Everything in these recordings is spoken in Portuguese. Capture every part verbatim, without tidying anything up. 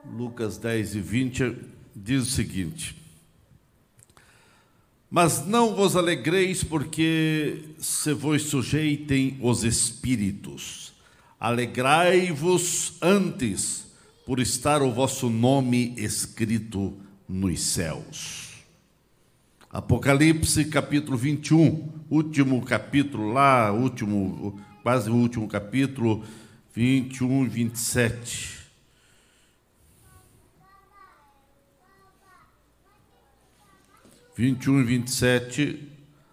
Lucas dez e vinte diz o seguinte: mas não vos alegreis porque se vos sujeitem os espíritos, alegrai-vos antes por estar o vosso nome escrito nos céus. Apocalipse capítulo vinte e um, último capítulo lá, último, quase o último capítulo, vinte e um e vinte e sete. vinte e um e vinte e sete,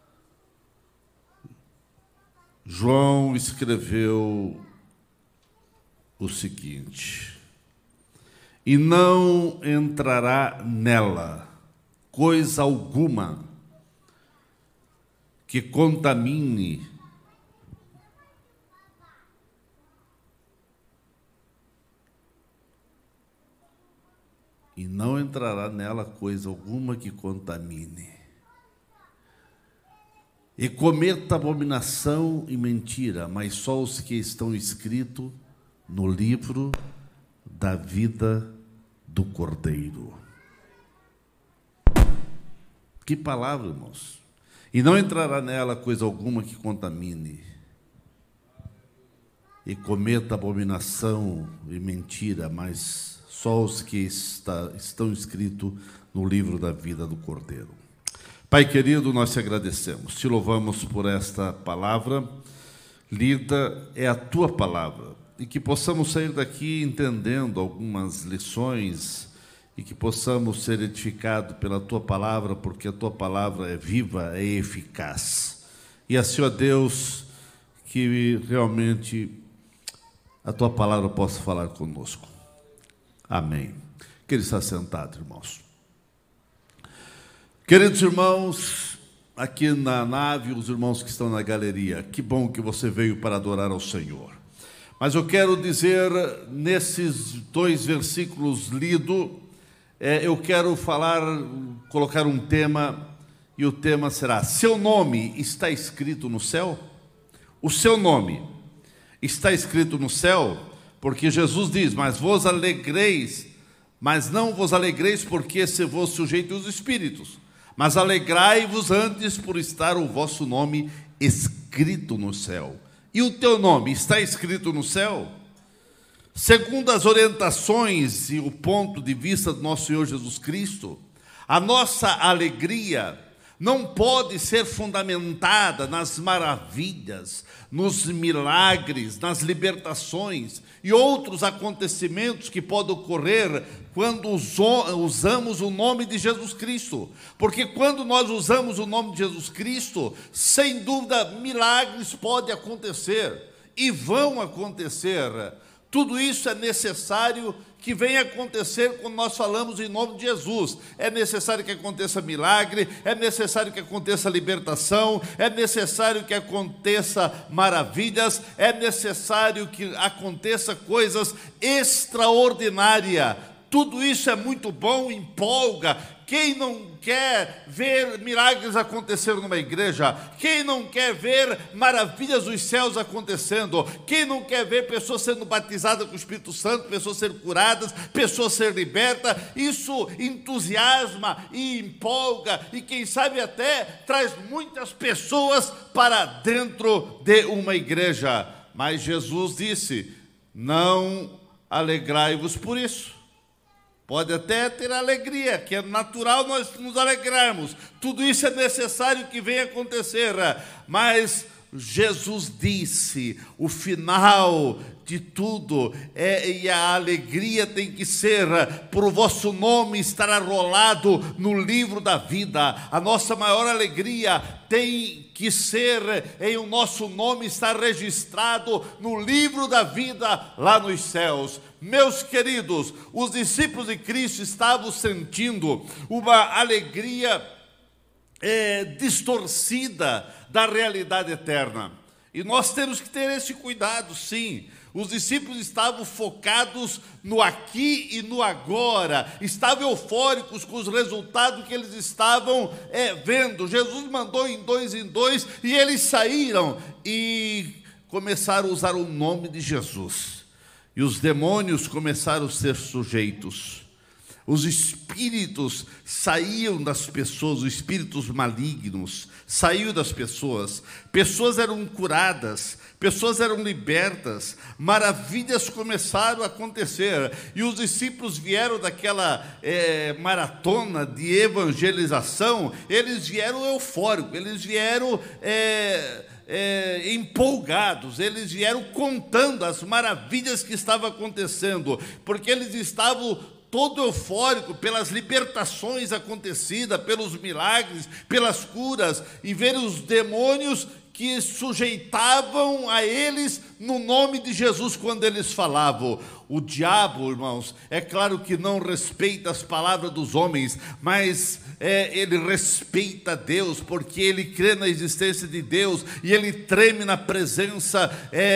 João escreveu o seguinte: e não entrará nela coisa alguma que contamine e não entrará nela coisa alguma que contamine, e cometa abominação e mentira, mas só os que estão escritos no livro da vida do Cordeiro. Que palavra, irmãos! E não entrará nela coisa alguma que contamine, e cometa abominação e mentira, mas só os que está, estão escritos no livro da vida do Cordeiro. Pai querido, nós te agradecemos, te louvamos por esta palavra lida, é a tua palavra, e que possamos sair daqui entendendo algumas lições, e que possamos ser edificados pela tua palavra, porque a tua palavra é viva, é eficaz. E assim, ó Deus, que realmente a tua palavra possa falar conosco. Amém. Que ele está sentado, irmãos. Queridos irmãos, aqui na nave, os irmãos que estão na galeria, que bom que você veio para adorar ao Senhor. Mas eu quero dizer, nesses dois versículos lidos, é, eu quero falar, colocar um tema, e o tema será: seu nome está escrito no céu? O seu nome está escrito no céu? Porque Jesus diz: mas vos alegreis, mas não vos alegreis porque se vos sujeitem os espíritos, mas alegrai-vos antes por estar o vosso nome escrito no céu. E o teu nome está escrito no céu? Segundo as orientações e o ponto de vista do nosso Senhor Jesus Cristo, a nossa alegria não pode ser fundamentada nas maravilhas, nos milagres, nas libertações e outros acontecimentos que podem ocorrer quando usamos o nome de Jesus Cristo. Porque quando nós usamos o nome de Jesus Cristo, sem dúvida, milagres podem acontecer e vão acontecer. Tudo isso é necessário que venha acontecer quando nós falamos em nome de Jesus. É necessário que aconteça milagre, é necessário que aconteça libertação, é necessário que aconteça maravilhas, é necessário que aconteça coisas extraordinárias. Tudo isso é muito bom, empolga. Quem não quer ver milagres acontecendo numa igreja? Quem não quer ver maravilhas dos céus acontecendo? Quem não quer ver pessoas sendo batizadas com o Espírito Santo, pessoas sendo curadas, pessoas sendo libertas? Isso entusiasma e empolga, e quem sabe até traz muitas pessoas para dentro de uma igreja. Mas Jesus disse: não alegrai-vos por isso. Pode até ter alegria, que é natural nós nos alegrarmos. Tudo isso é necessário que venha acontecer. Mas Jesus disse, o final de tudo, é, e a alegria tem que ser por o vosso nome estar arrolado no livro da vida. A nossa maior alegria tem que ser em o nosso nome estar registrado no livro da vida lá nos céus. Meus queridos, os discípulos de Cristo estavam sentindo uma alegria é, distorcida da realidade eterna. E nós temos que ter esse cuidado, sim. Os discípulos estavam focados no aqui e no agora, estavam eufóricos com os resultados que eles estavam é, vendo. Jesus mandou em dois em dois e eles saíram e começaram a usar o nome de Jesus. e os demônios começaram a ser sujeitos. Os espíritos saíam das pessoas, os espíritos malignos saíam das pessoas. Pessoas eram curadas, pessoas eram libertas, maravilhas começaram a acontecer. E os discípulos vieram daquela é, maratona de evangelização, eles vieram eufóricos, eles vieram é, é, empolgados, eles vieram contando as maravilhas que estavam acontecendo, porque eles estavam todo eufórico pelas libertações acontecidas, pelos milagres, pelas curas, e ver os demônios que sujeitavam a eles no nome de Jesus quando eles falavam. O diabo, irmãos, é claro que não respeita as palavras dos homens, mas é, ele respeita Deus, porque ele crê na existência de Deus, e ele treme na presença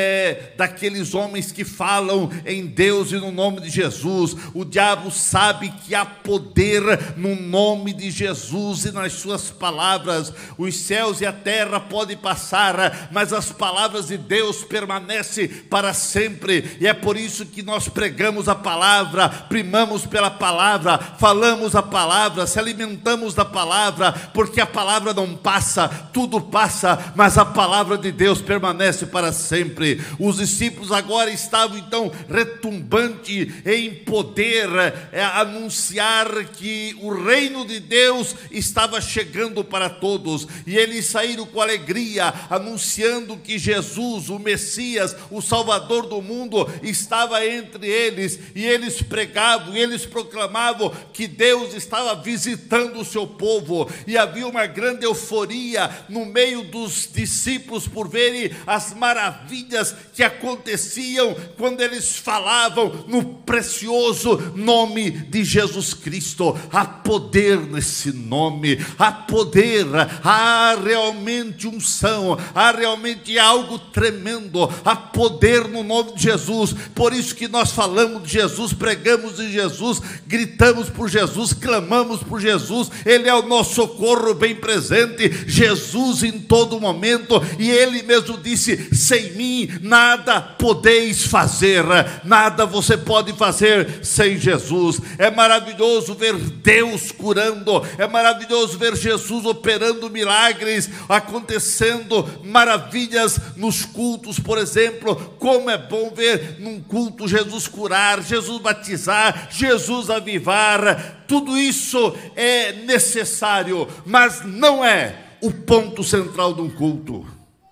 é, daqueles homens que falam em Deus e no nome de Jesus. O diabo sabe que há poder no nome de Jesus e nas suas palavras. Os céus e a terra podem passar, mas as palavras de Deus permanecem para sempre, e é por isso que nós pregamos a palavra, primamos pela palavra, falamos a palavra, se alimentamos da palavra, porque a palavra não passa, tudo passa, mas a palavra de Deus permanece para sempre. Os discípulos agora estavam então retumbante em poder é, anunciar que o reino de Deus estava chegando para todos, e eles saíram com alegria, anunciando que Jesus, o Messias, o Salvador do mundo, estava entre eles, e eles pregavam, e eles proclamavam que Deus estava visitando o seu povo, e havia uma grande euforia no meio dos discípulos por verem as maravilhas que aconteciam quando eles falavam no precioso nome de Jesus Cristo. Há poder nesse nome, há poder, há realmente unção, há realmente algo tremendo, há poder no nome de Jesus. Por isso que nós falamos de Jesus, pregamos de Jesus, gritamos por Jesus, clamamos por Jesus. Ele é o nosso socorro bem presente, Jesus em todo momento, e ele mesmo disse: sem mim nada podeis fazer, nada você pode fazer sem Jesus. É maravilhoso ver Deus curando, é maravilhoso ver Jesus operando milagres, acontecendo maravilhas nos cultos, por exemplo. Como é bom ver num culto Jesus curar, Jesus batizar, Jesus avivar. Tudo isso é necessário, mas não é o ponto central de um culto.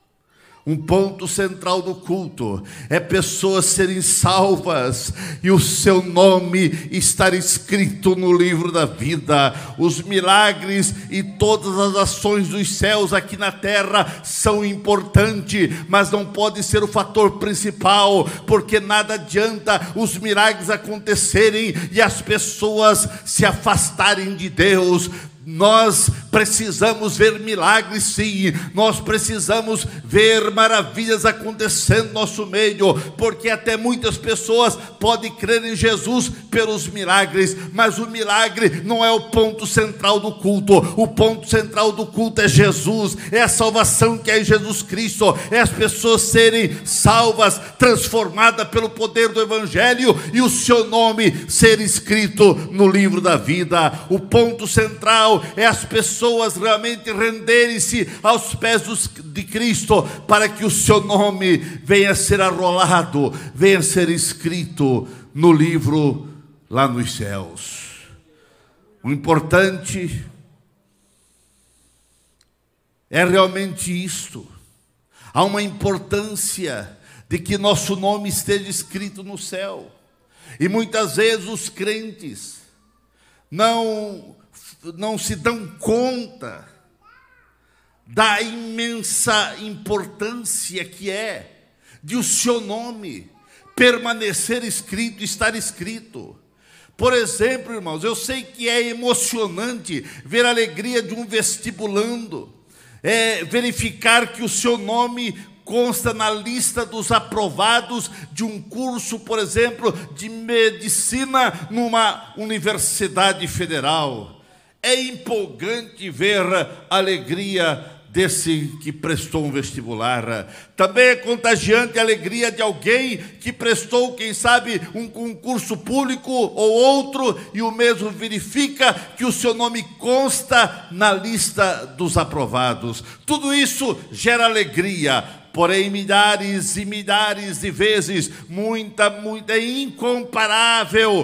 Um ponto central do culto é pessoas serem salvas e o seu nome estar escrito no livro da vida. Os milagres e todas as ações dos céus aqui na terra são importantes, mas não pode ser o fator principal, porque nada adianta os milagres acontecerem e as pessoas se afastarem de Deus. Nós precisamos ver milagres, sim, nós precisamos ver maravilhas acontecendo no nosso meio, porque até muitas pessoas podem crer em Jesus pelos milagres, mas o milagre não é o ponto central do culto. O ponto central do culto é Jesus, é a salvação que é em Jesus Cristo, é as pessoas serem salvas, transformadas pelo poder do Evangelho, e o seu nome ser escrito no livro da vida. O ponto central é as pessoas realmente renderem-se aos pés de Cristo, para que o seu nome venha a ser arrolado, venha a ser escrito no livro lá nos céus. O importante é realmente isto. Há uma importância de que nosso nome esteja escrito no céu, e muitas vezes os crentes não não se dão conta da imensa importância que é de o seu nome permanecer escrito, estar escrito. Por exemplo, irmãos, eu sei que é emocionante ver a alegria de um vestibulando, é, verificar que o seu nome consta na lista dos aprovados de um curso, por exemplo, de medicina numa universidade federal. É empolgante ver a alegria desse que prestou um vestibular. Também é contagiante a alegria de alguém que prestou, quem sabe, um concurso público ou outro, e o mesmo verifica que o seu nome consta na lista dos aprovados. Tudo isso gera alegria. Porém, milhares e milhares de vezes, muita, muita, incomparável,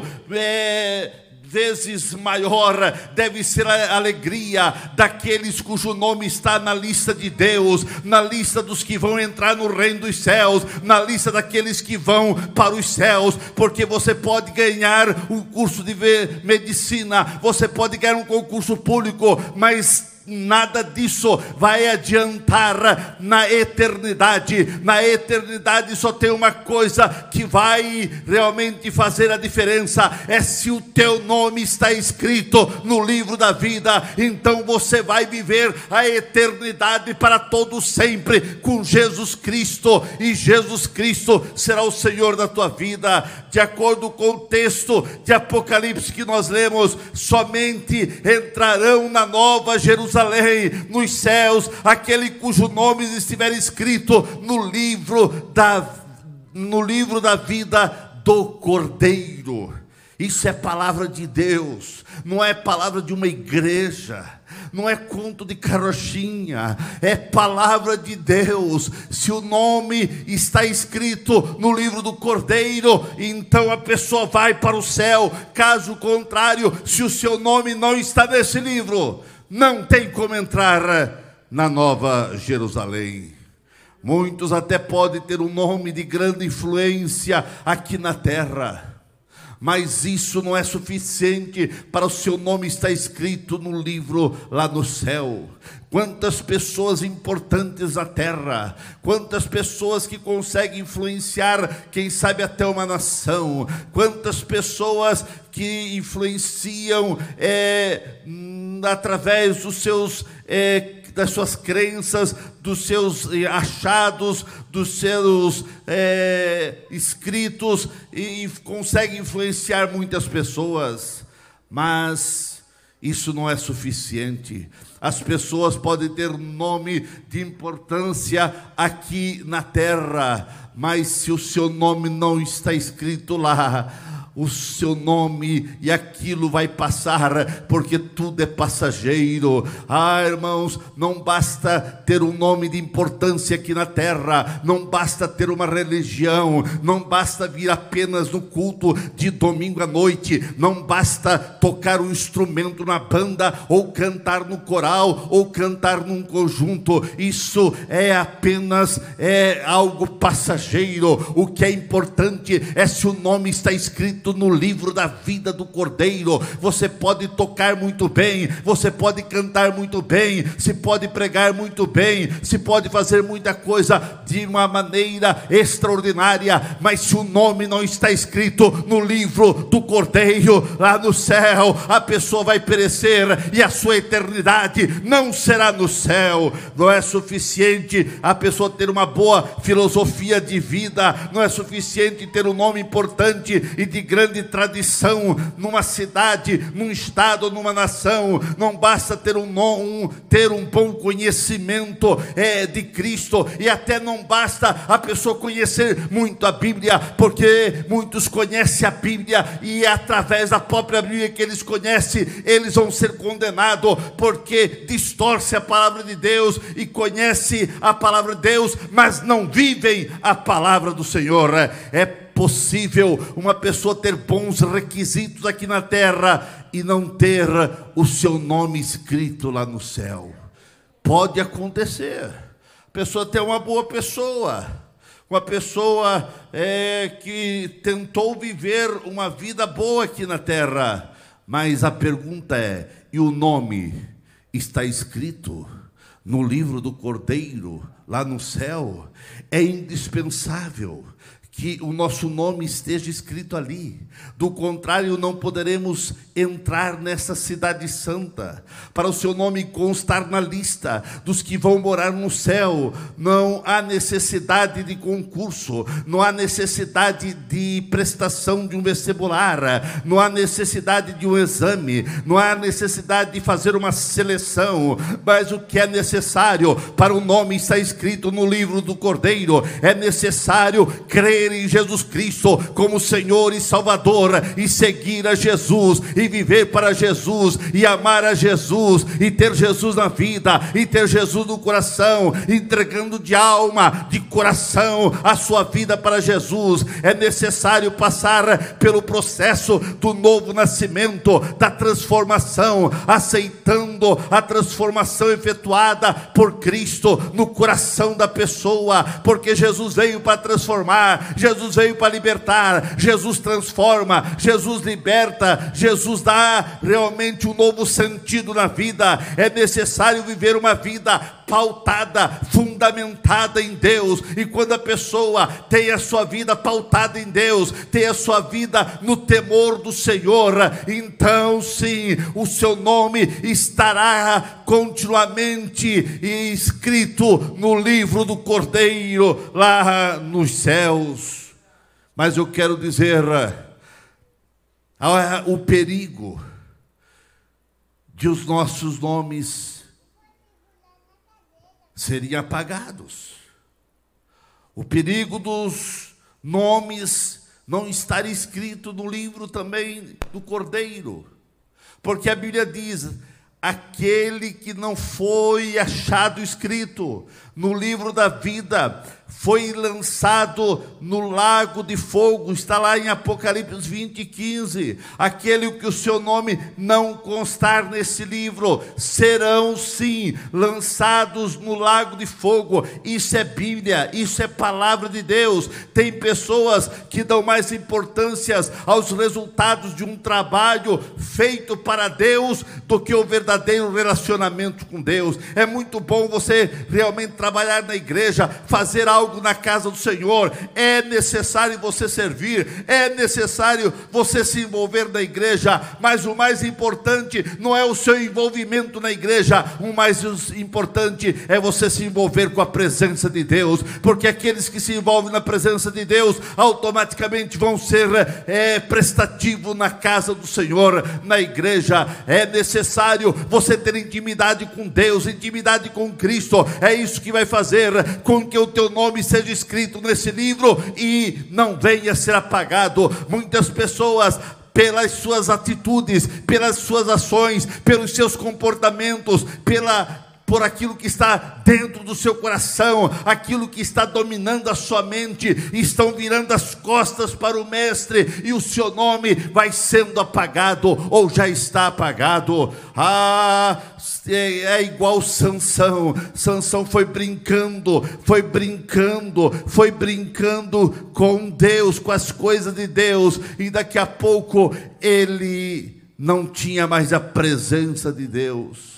é, vezes maior deve ser a alegria daqueles cujo nome está na lista de Deus, na lista dos que vão entrar no reino dos céus, na lista daqueles que vão para os céus, porque você pode ganhar um curso de medicina, você pode ganhar um concurso público, mas nada disso vai adiantar na eternidade. Na eternidade só tem uma coisa que vai realmente fazer a diferença: é se o teu nome está escrito no livro da vida. Então você vai viver a eternidade para todo sempre com Jesus Cristo, e Jesus Cristo será o Senhor da tua vida. De acordo com o texto de Apocalipse que nós lemos, somente entrarão na Nova Jerusalém, nos céus, aquele cujo nome estiver escrito no livro da, no livro da vida do Cordeiro. Isso é palavra de Deus, não é palavra de uma igreja, não é conto de carochinha, é palavra de Deus. Se o nome está escrito no livro do Cordeiro, então a pessoa vai para o céu. Caso contrário, se o seu nome não está nesse livro, não tem como entrar na Nova Jerusalém. Muitos até podem ter um nome de grande influência aqui na terra, mas isso não é suficiente para o seu nome estar escrito no livro lá no céu. Quantas pessoas importantes na terra, quantas pessoas que conseguem influenciar, quem sabe até uma nação, quantas pessoas que influenciam é, através dos seus, é, das suas crenças, dos seus achados, dos seus é, escritos, e conseguem influenciar muitas pessoas, mas isso não é suficiente. As pessoas podem ter nome de importância aqui na terra, mas se o seu nome não está escrito lá, o seu nome e aquilo vai passar, porque tudo é passageiro. Ah, irmãos, não basta ter um nome de importância aqui na terra, não basta ter uma religião, não basta vir apenas no culto de domingo à noite, não basta tocar um instrumento na banda, ou cantar no coral, ou cantar num conjunto. Isso é apenas é algo passageiro. O que é importante é se o nome está escrito no livro da vida do Cordeiro. Você pode tocar muito bem, você pode cantar muito bem, se pode pregar muito bem, se pode fazer muita coisa de uma maneira extraordinária, mas se o nome não está escrito no livro do Cordeiro lá no céu, a pessoa vai perecer e a sua eternidade não será no céu. Não é suficiente a pessoa ter uma boa filosofia de vida, não é suficiente ter um nome importante e de grande tradição numa cidade, num estado, numa nação. Não basta ter um, um, ter um bom conhecimento é, de Cristo, e até não basta a pessoa conhecer muito a Bíblia, porque muitos conhecem a Bíblia e é através da própria Bíblia que eles conhecem, eles vão ser condenados, porque distorce a palavra de Deus e conhece a palavra de Deus, mas não vivem a palavra do Senhor. É possível uma pessoa ter bons requisitos aqui na terra e não ter o seu nome escrito lá no céu. Pode acontecer. A pessoa tem uma boa pessoa, uma pessoa é, que tentou viver uma vida boa aqui na terra, mas a pergunta é: e o nome está escrito no livro do Cordeiro lá no céu? É indispensável que o nosso nome esteja escrito ali. Do contrário, não poderemos entrar nessa cidade santa. Para o seu nome constar na lista dos que vão morar no céu, não há necessidade de concurso, não há necessidade de prestação de um vestibular, não há necessidade de um exame, não há necessidade de fazer uma seleção, mas o que é necessário para o nome estar escrito no livro do Cordeiro, é necessário crer em Jesus Cristo como Senhor e Salvador, e seguir a Jesus, e viver para Jesus, e amar a Jesus, e ter Jesus na vida, e ter Jesus no coração, entregando de alma, de coração, a sua vida para Jesus. É necessário passar pelo processo do novo nascimento, da transformação, aceitando a transformação efetuada por Cristo no coração da pessoa, porque Jesus veio para transformar, Jesus veio para libertar, Jesus transforma, Jesus liberta, Jesus dá realmente um novo sentido na vida. É necessário viver uma vida pautada, fundamentada em Deus, e quando a pessoa tem a sua vida pautada em Deus, tem a sua vida no temor do Senhor, então sim, o seu nome estará continuamente escrito no livro do Cordeiro, lá nos céus. Mas eu quero dizer, o perigo de os nossos nomes serem apagados, o perigo dos nomes não estarem escritos no livro também do Cordeiro, porque a Bíblia diz: aquele que não foi achado escrito no livro da vida foi lançado no lago de fogo. Está lá em Apocalipse vinte, quinze. Aquele que o seu nome não constar nesse livro serão sim lançados no lago de fogo. Isso é Bíblia, isso é palavra de Deus. Tem pessoas que dão mais importância aos resultados de um trabalho feito para Deus do que o verdadeiro relacionamento com Deus. É muito bom você realmente trabalhar na igreja, fazer algo na casa do Senhor, é necessário você servir, é necessário você se envolver na igreja, mas o mais importante não é o seu envolvimento na igreja, o mais importante é você se envolver com a presença de Deus, porque aqueles que se envolvem na presença de Deus, automaticamente vão ser é, prestativos na casa do Senhor, na igreja. É necessário você ter intimidade com Deus, intimidade com Cristo. É isso que vai fazer com que o teu nome seja escrito nesse livro e não venha a ser apagado. Muitas pessoas, pelas suas atitudes, pelas suas ações, pelos seus comportamentos, pela por aquilo que está dentro do seu coração, aquilo que está dominando a sua mente, estão virando as costas para o mestre, e o seu nome vai sendo apagado, ou já está apagado. Ah, é, é igual Sansão. Sansão foi brincando, foi brincando, foi brincando com Deus, com as coisas de Deus, e daqui a pouco ele não tinha mais a presença de Deus.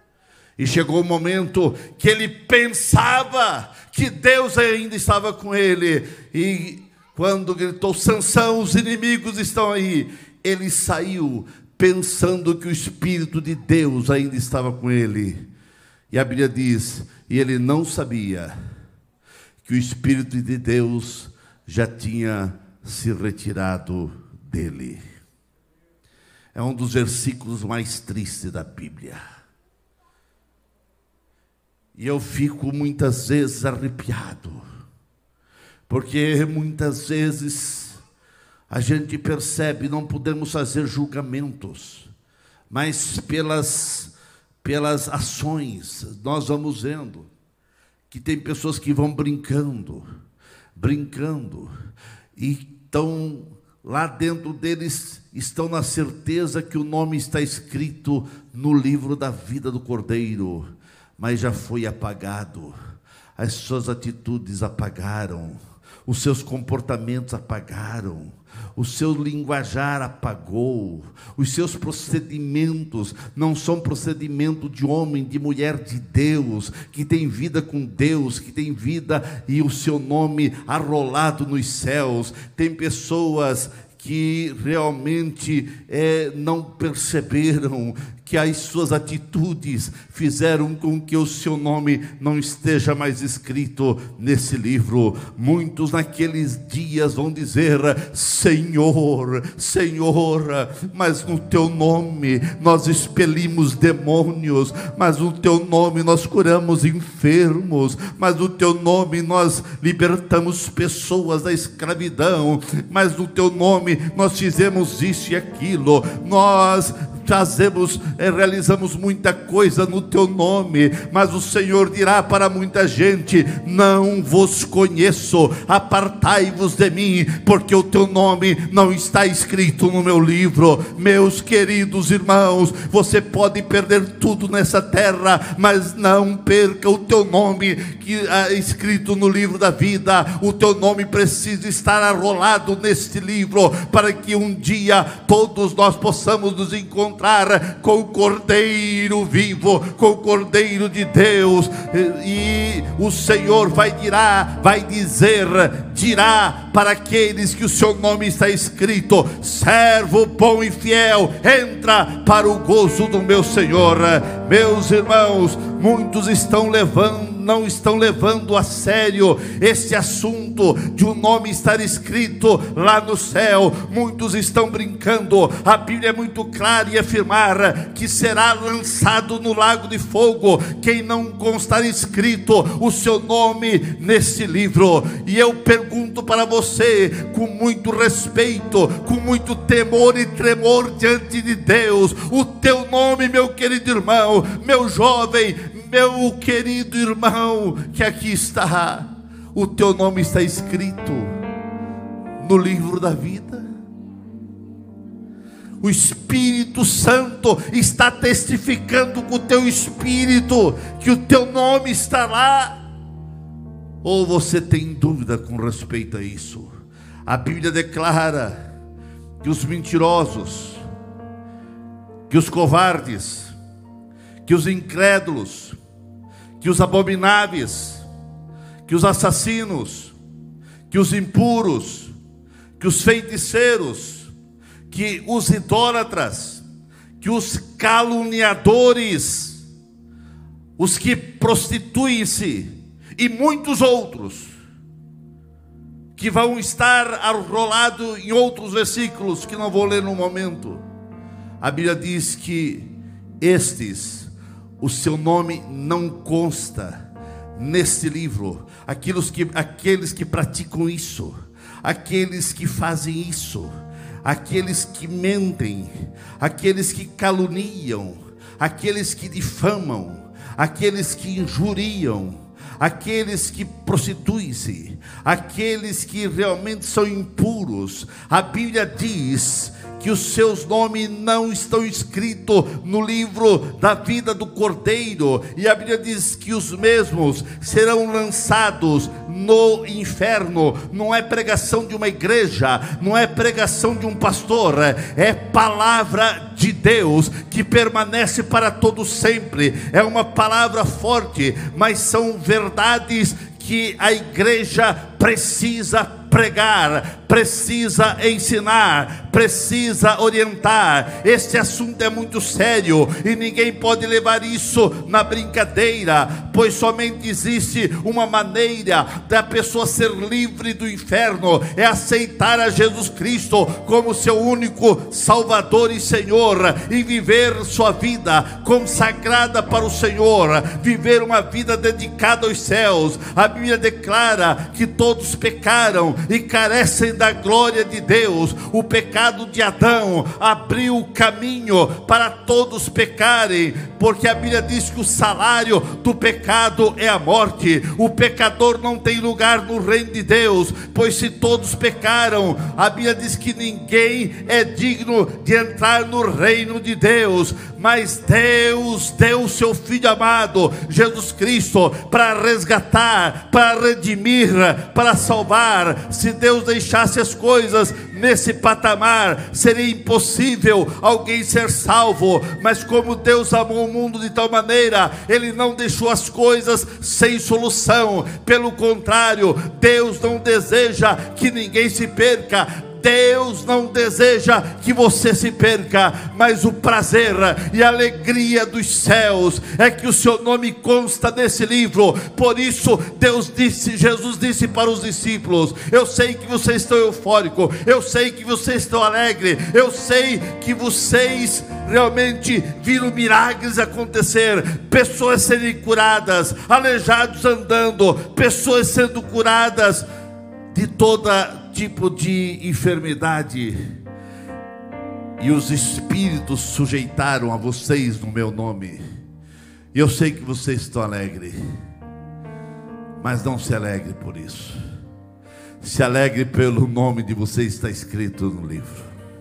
E chegou o momento que ele pensava que Deus ainda estava com ele. E quando gritou: Sansão, os inimigos estão aí, ele saiu pensando que o Espírito de Deus ainda estava com ele. E a Bíblia diz: e ele não sabia que o Espírito de Deus já tinha se retirado dele. É um dos versículos mais tristes da Bíblia. E eu fico muitas vezes arrepiado, porque muitas vezes a gente percebe, não podemos fazer julgamentos, mas pelas, pelas ações, nós vamos vendo que tem pessoas que vão brincando, brincando, e estão lá dentro deles, estão na certeza que o nome está escrito no livro da vida do Cordeiro, mas já foi apagado, as suas atitudes apagaram, os seus comportamentos apagaram, o seu linguajar apagou, os seus procedimentos não são procedimento de homem, de mulher de Deus, que tem vida com Deus, que tem vida e o seu nome arrolado nos céus. Tem pessoas que realmente é, não perceberam que as suas atitudes fizeram com que o seu nome não esteja mais escrito nesse livro. Muitos naqueles dias vão dizer: Senhor, Senhor, mas no teu nome nós expelimos demônios, mas no teu nome nós curamos enfermos, mas no teu nome nós libertamos pessoas da escravidão, mas no teu nome nós fizemos isso e aquilo, nós fazemos, realizamos muita coisa no teu nome. Mas o Senhor dirá para muita gente: não vos conheço, apartai-vos de mim, porque o teu nome não está escrito no meu livro. Meus queridos irmãos, você pode perder tudo nessa terra, mas não perca o teu nome que é escrito no livro da vida. O teu nome precisa estar arrolado neste livro, para que um dia todos nós possamos nos encontrar com o Cordeiro vivo, com o Cordeiro de Deus, e, e o Senhor vai dirá, vai dizer, dirá para aqueles que o seu nome está escrito: servo bom e fiel, entra para o gozo do meu Senhor. Meus irmãos, muitos estão levando não estão levando a sério esse assunto de um nome estar escrito lá no céu. Muitos estão brincando. A Bíblia é muito clara em afirmar que será lançado no lago de fogo quem não constar escrito o seu nome nesse livro. E eu pergunto para você, com muito respeito, com muito temor e tremor diante de Deus: o teu nome, meu querido irmão, meu jovem, meu querido irmão que aqui está, o teu nome está escrito no livro da vida? O Espírito Santo está testificando com o teu espírito que o teu nome está lá? Ou você tem dúvida com respeito a isso? A Bíblia declara que os mentirosos, que os covardes, que os incrédulos, que os abomináveis, que os assassinos, que os impuros, que os feiticeiros, que os idólatras, que os caluniadores, os que prostituem-se e muitos outros, que vão estar arrolados em outros versículos que não vou ler no momento. A Bíblia diz que estes, o seu nome não consta neste livro. Aqueles que, aqueles que praticam isso, aqueles que fazem isso, aqueles que mentem, aqueles que caluniam, aqueles que difamam, aqueles que injuriam, aqueles que prostituem-se, aqueles que realmente são impuros. A Bíblia diz que os seus nomes não estão escritos no livro da vida do Cordeiro. E a Bíblia diz que os mesmos serão lançados no inferno. Não é pregação de uma igreja, não é pregação de um pastor, é palavra de Deus que permanece para todo sempre. É uma palavra forte, mas são verdades que a igreja precisa pregar, precisa ensinar, precisa orientar. Este assunto é muito sério e ninguém pode levar isso na brincadeira, pois somente existe uma maneira da pessoa ser livre do inferno: é aceitar a Jesus Cristo como seu único Salvador e Senhor, e viver sua vida consagrada para o Senhor, viver uma vida dedicada aos céus. A Bíblia declara que todos pecaram e carecem da glória de Deus. O pecado de Adão abriu o caminho para todos pecarem, porque a Bíblia diz que o salário do pecado é a morte. O pecador não tem lugar no reino de Deus, pois se todos pecaram, a Bíblia diz que ninguém é digno de entrar no reino de Deus. Mas Deus deu o seu Filho amado, Jesus Cristo, para resgatar, para redimir, para salvar. Se Deus deixasse as coisas nesse patamar, seria impossível alguém ser salvo. Mas como Deus amou o mundo de tal maneira, Ele não deixou as coisas sem solução. Pelo contrário, Deus não deseja que ninguém se perca. Deus não deseja que você se perca, mas o prazer e a alegria dos céus é que o seu nome consta nesse livro. Por isso Deus disse, Jesus disse para os discípulos: eu sei que vocês estão eufóricos, eu sei que vocês estão alegres, eu sei que vocês realmente viram milagres acontecer, pessoas serem curadas, aleijados andando, pessoas sendo curadas de toda tipo de enfermidade, e os espíritos sujeitaram a vocês no meu nome. E eu sei que vocês estão alegres, mas não se alegre por isso. Se alegre pelo nome de vocês está escrito no livro.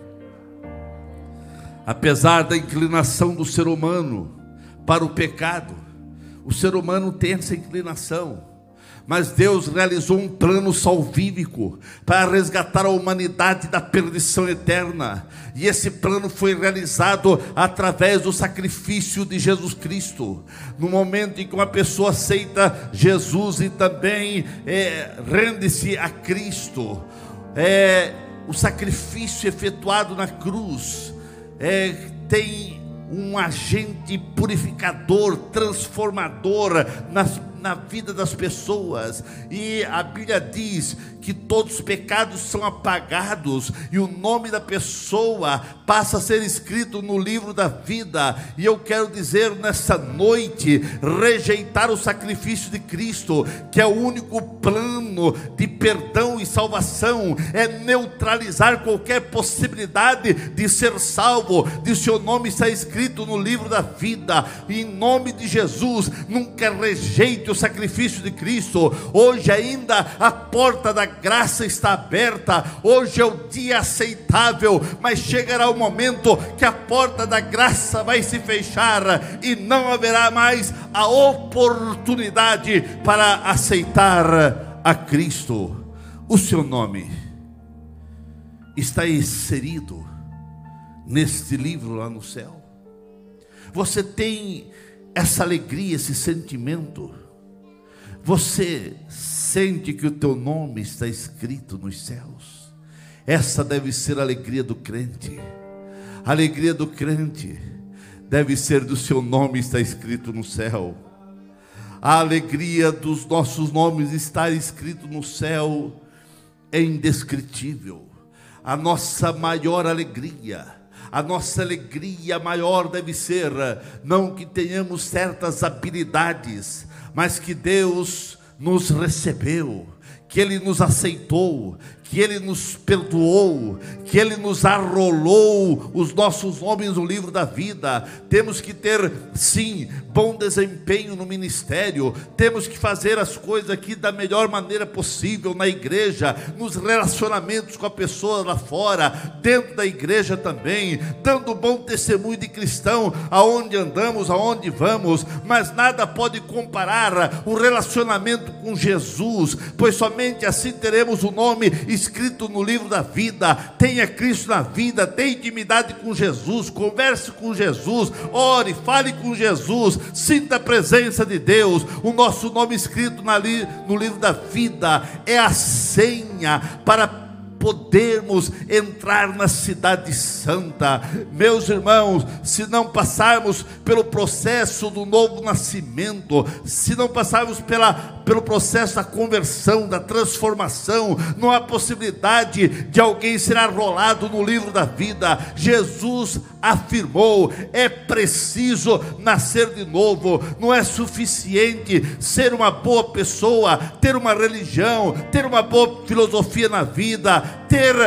Apesar da inclinação do ser humano para o pecado, o ser humano tem essa inclinação, mas Deus realizou um plano salvífico para resgatar a humanidade da perdição eterna. E esse plano foi realizado através do sacrifício de Jesus Cristo. No momento em que uma pessoa aceita Jesus e também é, rende-se a Cristo, é, o sacrifício efetuado na cruz é, tem um agente purificador, transformador nas na vida das pessoas. E a Bíblia diz que todos os pecados são apagados e o nome da pessoa passa a ser escrito no livro da vida. E eu quero dizer nessa noite, rejeitar o sacrifício de Cristo, que é o único plano de perdão e salvação, é neutralizar qualquer possibilidade de ser salvo, de seu nome estar escrito no livro da vida. E em nome de Jesus, nunca rejeite o sacrifício de Cristo. Hoje ainda a porta da graça está aberta, hoje é o dia aceitável, mas chegará o momento que a porta da graça vai se fechar e não haverá mais a oportunidade para aceitar a Cristo. O seu nome está inserido neste livro lá no céu. Você tem essa alegria, esse sentimento. Você sente que o teu nome está escrito nos céus. Essa deve ser a alegria do crente. A alegria do crente deve ser do seu nome estar escrito no céu. A alegria dos nossos nomes estar escrito no céu é indescritível. A nossa maior alegria, a nossa alegria maior deve ser, não que tenhamos certas habilidades, mas que Deus nos recebeu, que Ele nos aceitou, que Ele nos perdoou, que Ele nos arrolou os nossos nomes no livro da vida. Temos que ter, sim, bom desempenho no ministério, temos que fazer as coisas aqui da melhor maneira possível na igreja, nos relacionamentos com a pessoa lá fora, dentro da igreja também, dando bom testemunho de cristão, aonde andamos, aonde vamos, mas nada pode comparar o relacionamento com Jesus, pois somente assim teremos o nome escrito no livro da vida. Tenha Cristo na vida, tenha intimidade com Jesus, converse com Jesus, ore, fale com Jesus, sinta a presença de Deus. O nosso nome escrito na li, no livro da vida é a senha para podermos entrar na cidade santa. Meus irmãos, se não passarmos pelo processo do novo nascimento, se não passarmos pela pelo processo da conversão, da transformação, não há possibilidade de alguém ser arrolado no livro da vida. Jesus afirmou: é preciso nascer de novo. Não é suficiente ser uma boa pessoa, ter uma religião, ter uma boa filosofia na vida, ter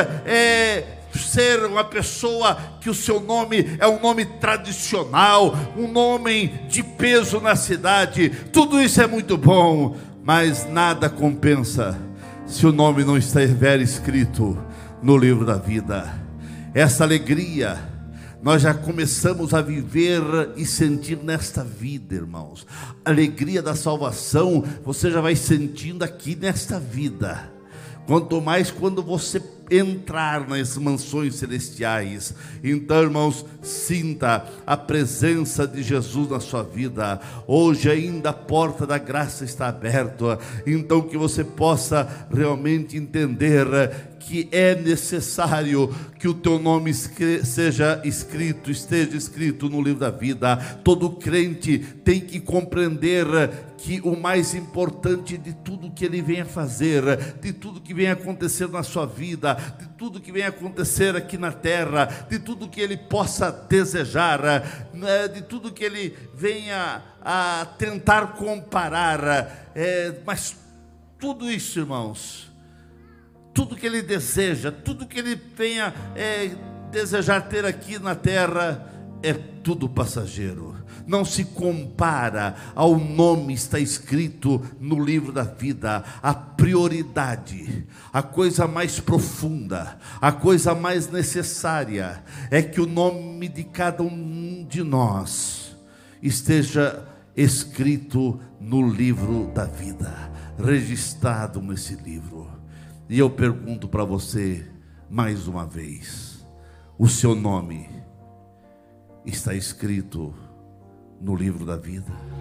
é, ser uma pessoa que o seu nome é um nome tradicional, um nome de peso na cidade. Tudo isso é muito bom, mas nada compensa se o nome não estiver escrito no livro da vida. Essa alegria nós já começamos a viver e sentir nesta vida, irmãos. A alegria da salvação você já vai sentindo aqui nesta vida. Quanto mais quando você entrar nas mansões celestiais. Então, irmãos, sinta a presença de Jesus na sua vida. Hoje ainda a porta da graça está aberta. Então que você possa realmente entender que é necessário que o teu nome seja escrito, esteja escrito no livro da vida. Todo crente tem que compreender que o mais importante de tudo que ele vem a fazer, de tudo que vem a acontecer na sua vida, de tudo que vem a acontecer aqui na terra, de tudo que ele possa desejar, de tudo que ele venha a tentar comparar, é, mas tudo isso, irmãos, tudo que ele deseja, tudo que ele venha é, desejar ter aqui na terra, é tudo passageiro. Não se compara ao nome que está escrito no livro da vida. A prioridade, a coisa mais profunda, a coisa mais necessária é que o nome de cada um de nós esteja escrito no livro da vida, registrado nesse livro. E eu pergunto para você mais uma vez: o seu nome está escrito no livro da vida?